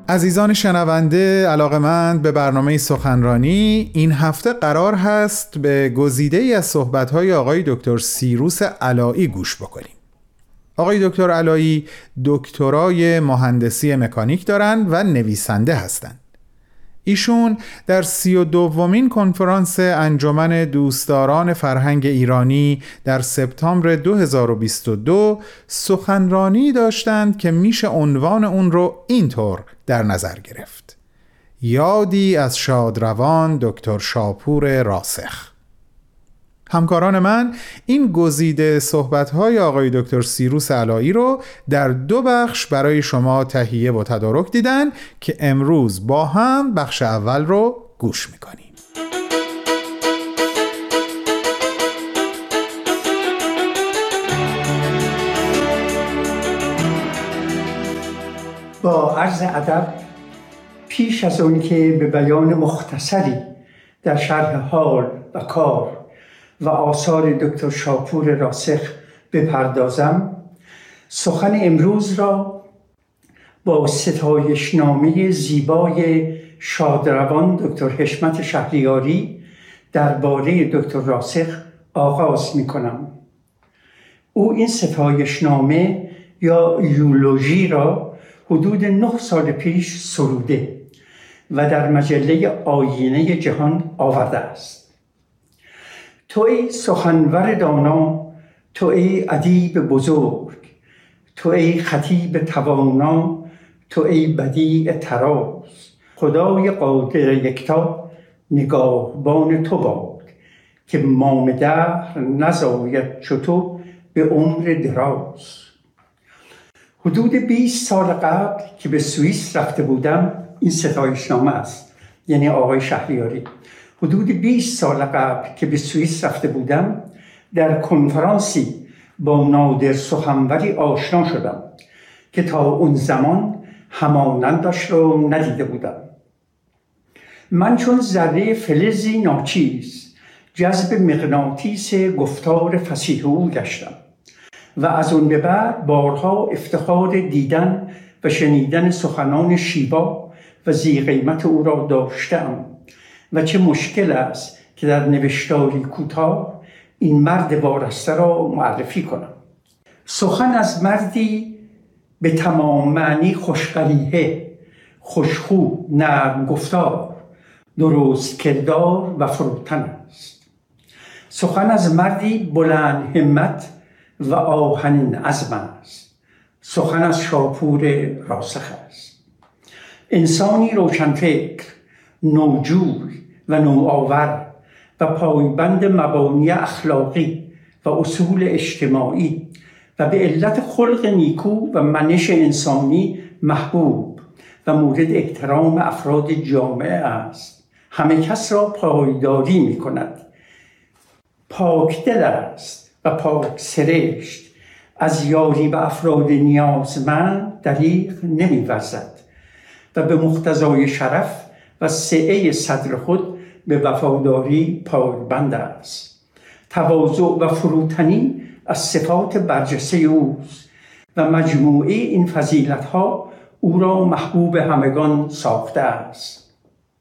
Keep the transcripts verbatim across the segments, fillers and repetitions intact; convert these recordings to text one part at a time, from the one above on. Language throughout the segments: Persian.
عزیزان شنونده علاقه‌مند به برنامه سخنرانی، این هفته قرار هست به گزیده‌ای از صحبت‌های آقای دکتر سیروس علایی گوش بکنیم. آقای دکتر علایی دکترای مهندسی مکانیک دارند و نویسنده هستند. ایشون در سی و دومین کنفرانس انجمن دوستداران فرهنگ ایرانی در سپتامبر دو هزار و بیست و دو سخنرانی داشتند که میشه عنوان اون رو اینطور در نظر گرفت: یادی از شادروان دکتر شاپور راسخ. همکاران من این گزیده صحبت‌های آقای دکتر سیروس علایی رو در دو بخش برای شما تهیه و تدارک دیدن که امروز با هم بخش اول رو گوش می‌کنیم. با عرض ادب، پیش از اون که به بیان مختصری در شرح حال و کار و آثار دکتر شاپور راسخ بپردازم، سخن امروز را با ستایشنامه زیبای شادروان دکتر حشمت شهریاری درباره دکتر راسخ آغاز می کنم. او این ستایشنامه یا یولوژی را حدود نه سال پیش سروده و در مجله آیینه جهان آورده است. تو ای سخنور دانا، تو ای ادیب بزرگ، تو ای خطیب توانا، تو ای بدیع طراز، خدای قادر یکتا نگاهبان تو باد که مام دهر نزاید چو تو به عمر دراز. حدود بیست سال قبل که به سوئیس رفته بودم، این ستایشنامه است، یعنی آقای شهریاری. حدود بیست سال قبل که به سوئیس رفته بودم، در کنفرانسی با نادر سخنوری آشنا شدم که تا اون زمان همانندش رو ندیده بودم. من چون ذره فلزی ناچیز جذب مغناطیس گفتار فصیح او گشتم و از اون به بعد بارها افتخار دیدن و شنیدن سخنان شیوا و ذی قیمت او را داشتم و چه مشکل است که در نوشتاری کوتاه این مرد وارسته را معرفی کنم. سخن از مردی به تمام معنی خوشقلیحه، خوشخو، نرم گفتار، درست کردار و فروتن است. سخن از مردی بلند همت و آهنین عزم است. سخن از شاپور راسخ است. انسانی روشنفکر، نوجوی و نوآور و پایبند مبانی اخلاقی و اصول اجتماعی و به علت خلق نیکو و منش انسانی محبوب و مورد احترام افراد جامعه است. همه کس را پایداری می کند. پاکدل است و پاک سرشت، از یاری به افراد نیازمند دریغ نمی ورزد و به مقتضای شرف و سعه صدر خود به وفاداری پایبند است. تواضع و فروتنی از صفات برجسته اوست و مجموعه این فضیلت‌ها او را محبوب همگان ساخته است.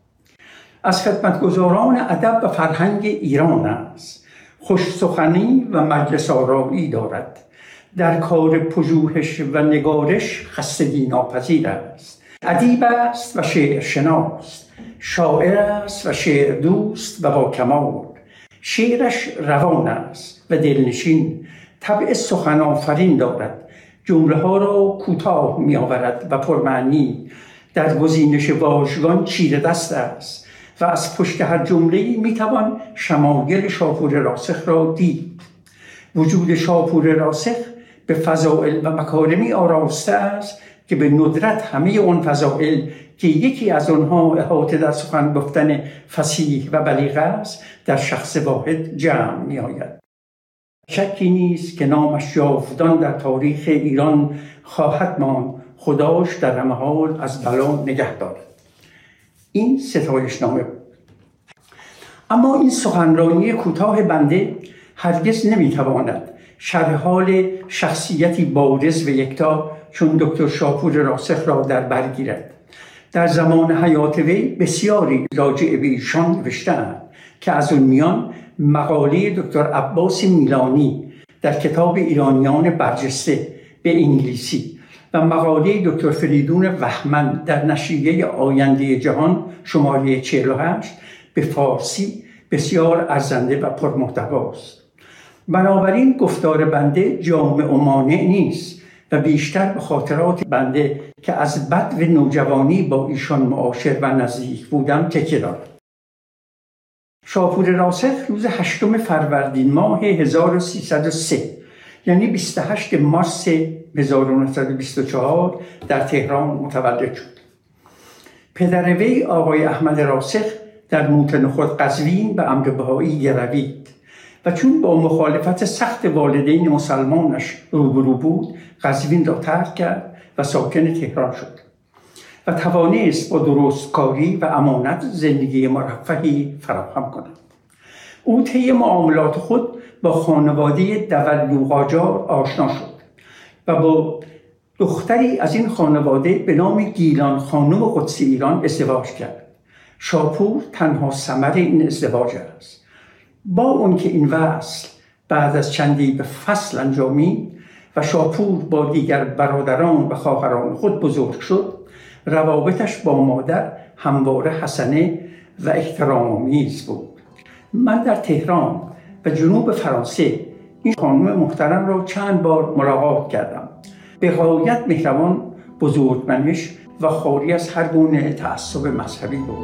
از خدمتگزاران ادب و فرهنگ ایران است. خوش سخنی و مجلس آرایی دارد. در کار پژوهش و نگارش خستگی ناپذیر است. ادیب است و شعر شناس، شاعر است و شعر دوست و با کمال. شعرش روان است و دلنشین، طبع سخن آفرین دارد. جمله ها را کوتاه می آورد و پرمعنی. در گزینش واژگان چیره دست است و از پشت هر جمله‌ای می توان شمایل شاپور راسخ را دید. وجود شاپور راسخ به فضائل و مکارمی آراسته است که به ندرت همه اون فضائل که یکی از آنها احاطه در سخن گفتن فصیح و بلیغ است در شخص واحد جمع می آید. شکی نیست که نامش جاودان در تاریخ ایران خواهد ماند. خداش در همه حال از بلا نگه دارد. این ستایشنامه بود. اما این سخنرانی کوتاه بنده هرگز نمیتواند شرح حال شخصیتی بارز و یکتا چون دکتر شاپور راسخ را در بر گیرد در زمان حیات وی بسیاری راجع به ایشان نوشته‌اند که از اون میان مقاله دکتر عباس میلانی در کتاب ایرانیان برجسته به انگلیسی و مقاله دکتر فریدون وهمن در نشریه آینده جهان شماره چهل و هشت به فارسی بسیار ارزنده و پرمحتواست. بنابراین گفتار بنده جامع و مانع نیست و بیشتر به خاطرات بنده که از بدو نوجوانی با ایشان معاشر و نزدیک بودم تکیه دارد. شاپور راسخ روز هشتم فروردین ماه هزار و سیصد و سه یعنی بیست و هشتم مارس هزار و نهصد و بیست و چهار در تهران متولد شد. پدر وی آقای احمد راسخ در موت نخود قزوین به امر بهایی گروید و چون با مخالفت سخت والدین مسلمانش روبرو بود قزوین را ترک کرد و ساکن تهران شد و توانست با درستکاری و امانت زندگی مرفهی فراهم کند. او طی معاملات خود با خانواده دولو قاجار آشنا شد و با دختری از این خانواده به نام گیلان خانم قدسی ایران ازدواج کرد. شاپور تنها ثمر این ازدواج است. با اون که این وصل بعد از چندی به فصل انجامید و شاپور با دیگر برادران و خواهران خود بزرگ شد، روابطش با مادر همواره حسنه و احترام‌آمیز بود. من در تهران و جنوب فرانسه این خانم محترم را چند بار ملاقات کردم. به غایت مهربان، بزرگمنش و خالی از هر گونه تعصب مذهبی بود.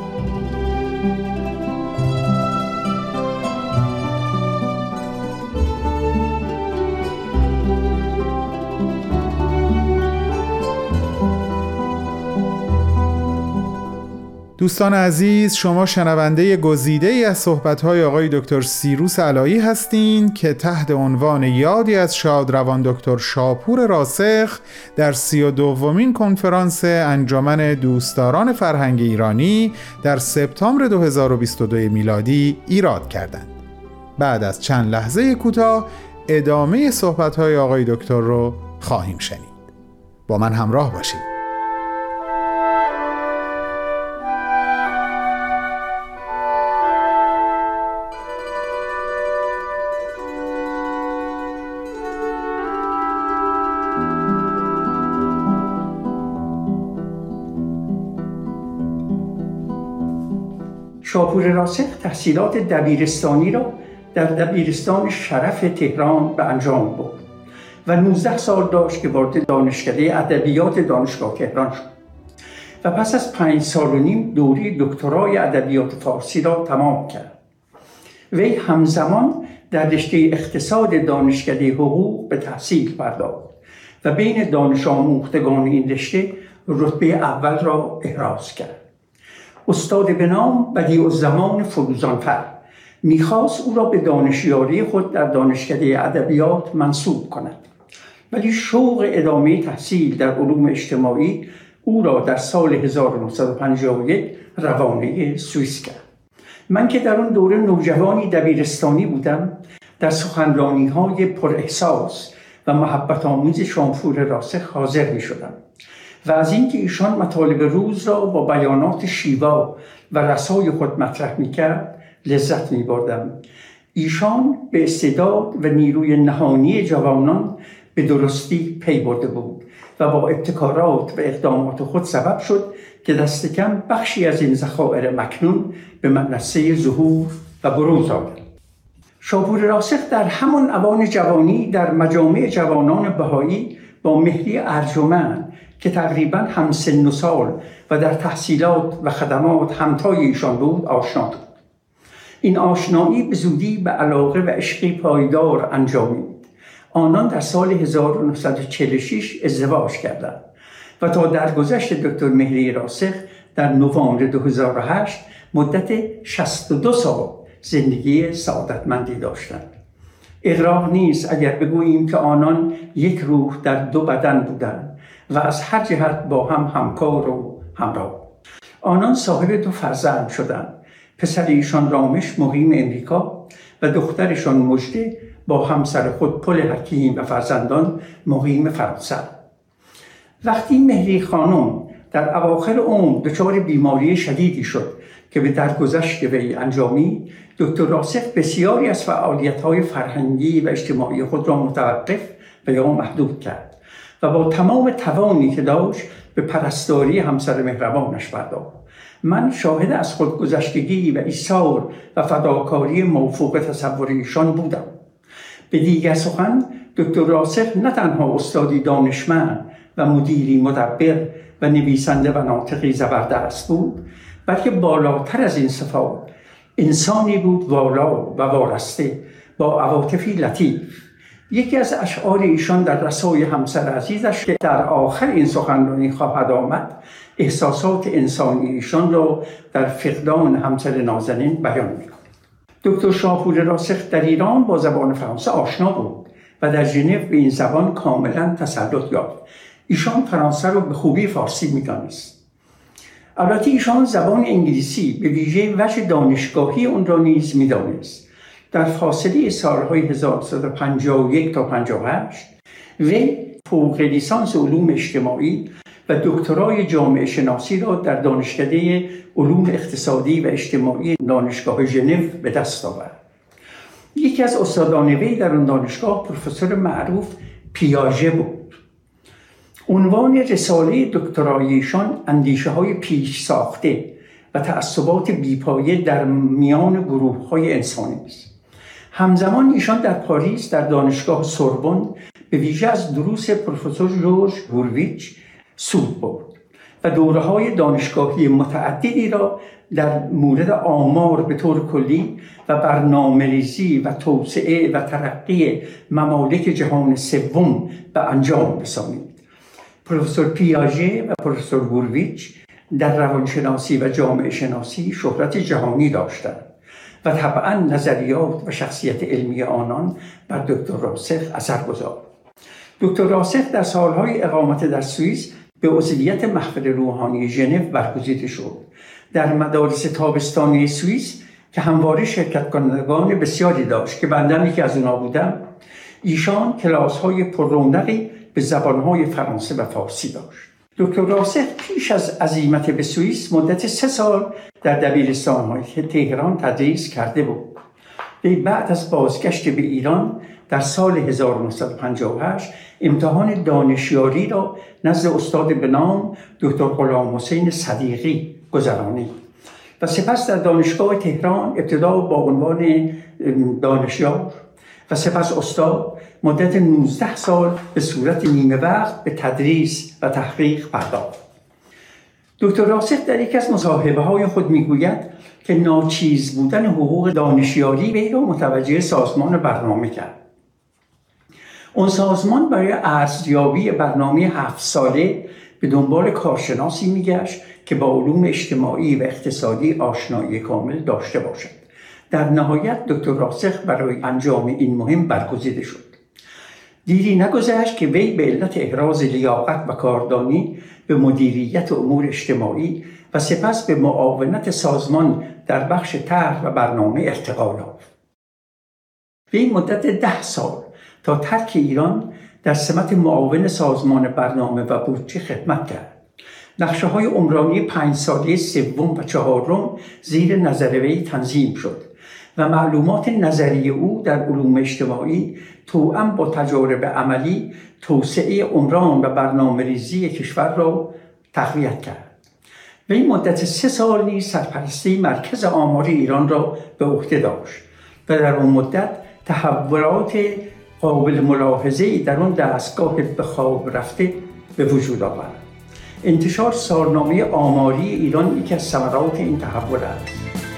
دوستان عزیز، شما شنونده گزیده ای از صحبت‌های آقای دکتر سیروس علایی هستین که تحت عنوان یادی از شادروان دکتر شاپور راسخ در سی و دومین کنفرانس انجمن دوستداران فرهنگ ایرانی در سپتامبر دو هزار و بیست و دو میلادی ایراد کردند. بعد از چند لحظه کوتاه ادامه صحبت‌های آقای دکتر رو خواهیم شنید. با من همراه باشید. شاپور راسخ تحصیلات دبیرستانی را در دبیرستان شرف تهران به انجام برد و نوزده سال داشت که وارد دانشکده ادبیات دانشگاه تهران شد و پس از پنج سال و نیم دوره دکترای ادبیات فارسی را تمام کرد. وی همزمان در رشته اقتصاد دانشکده حقوق به تحصیل پرداخت و بین دانش آموختگان این رشته رتبه اول را احراز کرد. استاد به نام بدیع‌الزمان فروزانفر میخواست او را به دانشیاری خود در دانشکده ادبیات منصوب کند، ولی شوق ادامه تحصیل در علوم اجتماعی او را در سال هزار و نهصد و پنجاه و یک روانه سوئیس کرد. من که در آن دوره نوجوانی دبیرستانی بودم، در سخنرانی‌های پر احساس و محبت آمیز شاپور راسخ حاضر می شدم و از اینکه ایشان مطالب روز را با بیانات شیوا و رسای خود مطرح می کرد لذت می بردم. ایشان به استعداد و نیروی نهانی جوانان به درستی پی برده بود و با ابتکارات و اقدامات خود سبب شد که دست کم بخشی از این ذخایر مکنون به منصه ظهور و بروز آمد. شاپور راسخ در همان اوان جوانی در مجامع جوانان بهایی با مهری ارجمند که تقریباً هم سن و سال و در تحصیلات و خدمات همتای ایشان بود آشنا شد. این آشنایی به زودی به علاقه و عشقی پایدار انجامید. آنان در سال هزار و نهصد و چهل و شش ازدواج کردند و تا درگذشت دکتر مهری راسخ در نوامبر دو هزار و هشت مدت شصت و دو سال زندگی سعادتمندی داشتند. اغراق نیست اگر بگوییم که آنان یک روح در دو بدن بودند و از هر جهت با هم همکار و همراه. آنان صاحب دو فرزند شدند. پسر ایشان رامش مقیم امریکا و دخترشان مژده با همسر خود پل حکیم و فرزندان مقیم فرانسه. وقتی مهری خانم در اواخر عمر دچار بیماری شدیدی شد که به درگذشت وی انجامید، دکتر راسخ بسیاری از فعالیت‌های فرهنگی و اجتماعی خود را متوقف و یا محدود کرد و با تمام توانی که داشت به پرستاری همسر مهربانش پرداخت. من شاهد از خودگذشتگی و ایثار و فداکاری موفوق تصور ایشان بودم. به دیگر سخن، دکتر راسخ نه تنها استادی دانشمند و مدیری مدبر و نویسنده و ناطقی زبردست بود، بلکه بالاتر از این صفات انسانی بود والا و وارسته با عواطفی لطیف. یکی از اشعار ایشان در رسای همسر عزیزش که در آخر این سخنرانی خواهد آمد، احساسات انسانی ایشان را در فقدان همسر نازنین بیان می‌کند. دکتر شاپور راسخ در ایران با زبان فرانسه آشنا بود و در ژنو به این زبان کاملا تسلط یافت. ایشان فرانسه را به خوبی فارسی می‌دانست. البته ایشان زبان انگلیسی به ویژه وجه دانشگاهی اون را نیز می‌دانست. در فاصله سالهای هزار و سیصد و پنجاه و یک تا پنجاه و هشت وی فوق لیسانس علوم اجتماعی و دکترای جامعه شناسی را در دانشکده علوم اقتصادی و اجتماعی دانشگاه ژنو به دست آورد. یکی از استادان وی در آن دانشگاه پروفسور معروف پیاژه بود. عنوان رساله دکترای ایشان اندیشه‌های پیش ساخته و تعصبات بیپایه در میان گروه‌های انسانی است. همزمان ایشان در پاریس در دانشگاه سوربن به ویژه از دروس پروفسور ژورژ گورویچ سود برد و دوره‌های دانشگاهی متعددی را در مورد آمار به طور کلی و برنامه‌ریزی و توسعه و ترقی ممالک جهان سوم به انجام رسانید. پروفسور پیاژه و پروفسور گورویچ در روانشناسی و جامعه شناسی شهرت جهانی داشتند و طبعا نظریات و شخصیت علمی آنان بر دکتر راسخ اثر گذاشت. دکتر راسخ در سالهای اقامت در سوئیس به عضویت محفل روحانی ژنو برگزیده شد. در مدارس تابستانی سوئیس که همواره شرکت کنندگان بسیاری داشت که بنده یکی از اونها بودم، ایشان کلاس‌های پر رونقی به زبان‌های فرانسه و فارسی داشت. دکتر راسخ پیش از عزیمت به سوئیس مدت سه سال در دبیرستان‌های تهران تدریس کرده بود. وی بعد از بازگشت به ایران در سال هزار و نهصد و پنجاه و هشت امتحان دانشیاری را نزد استاد به نام دکتر غلام حسین صدیقی گذرانید و سپس در دانشگاه تهران ابتدا با عنوان دانشیار و سپس استاد مدت نوزده سال به صورت نیمه وقت به تدریس و تحقیق پرداخت. دکتر راسخ در یک از مصاحبه‌های خود میگوید که ناچیز بودن حقوق دانشیاری وی را متوجه سازمان برنامه کرد. اون سازمان برای ارزیابی برنامه هفت ساله به دنبال کارشناسی میگشت که با علوم اجتماعی و اقتصادی آشنایی کامل داشته باشد. در نهایت دکتر راسخ برای انجام این مهم برگزیده شد. دیری نگذشت که وی به علت احراز لیاقت و کاردانی به مدیریت امور اجتماعی و سپس به معاونت سازمان در بخش طرح و برنامه ارتقا یافت. وی مدت ده سال تا ترک ایران در سمت معاون سازمان برنامه و بودجه خدمت کرد. نقشه های عمرانی پنج ساله سوم و چهارم زیر نظر وی تنظیم شد و معلومات نظری او در علوم اجتماعی توأم با تجارب عملی توسعه عمران و برنامه ریزی کشور را تقویت کرد. وی مدت سه سال نیز سرپرستی مرکز آماری ایران را به عهده داشت و در آن مدت تحولات قابل ملاحظه‌ای در آن دستگاه به خواب رفته به وجود آورد. انتشار سالنامه آماری ایران یکی از ثمرات این تحول است.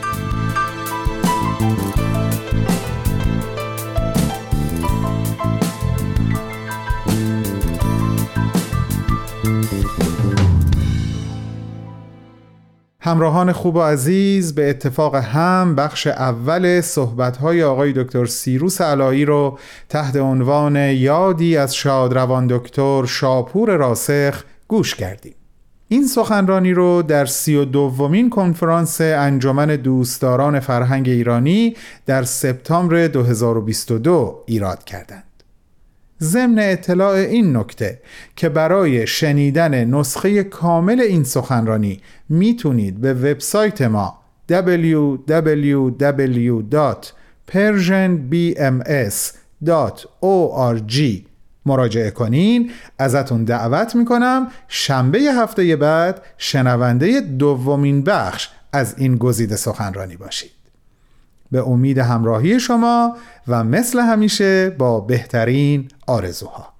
همراهان خوب و عزیز، به اتفاق هم بخش اول صحبت‌های آقای دکتر سیروس علایی رو تحت عنوان یادی از شادروان دکتر شاپور راسخ گوش کردیم. این سخنرانی رو در سی و دومین کنفرانس انجمن دوستداران فرهنگ ایرانی در سپتامبر دو هزار و بیست و دو ایراد کردند. ضمن اطلاع این نکته که برای شنیدن نسخه کامل این سخنرانی میتونید به وبسایت ما دبلیو دبلیو دبلیو دات پرژن بی ام اس دات او آر جی مراجعه کنین. ازتون دعوت میکنم شنبه هفته بعد شنونده دومین بخش از این گزیده سخنرانی باشید. به امید همراهی شما و مثل همیشه با بهترین آرزوها.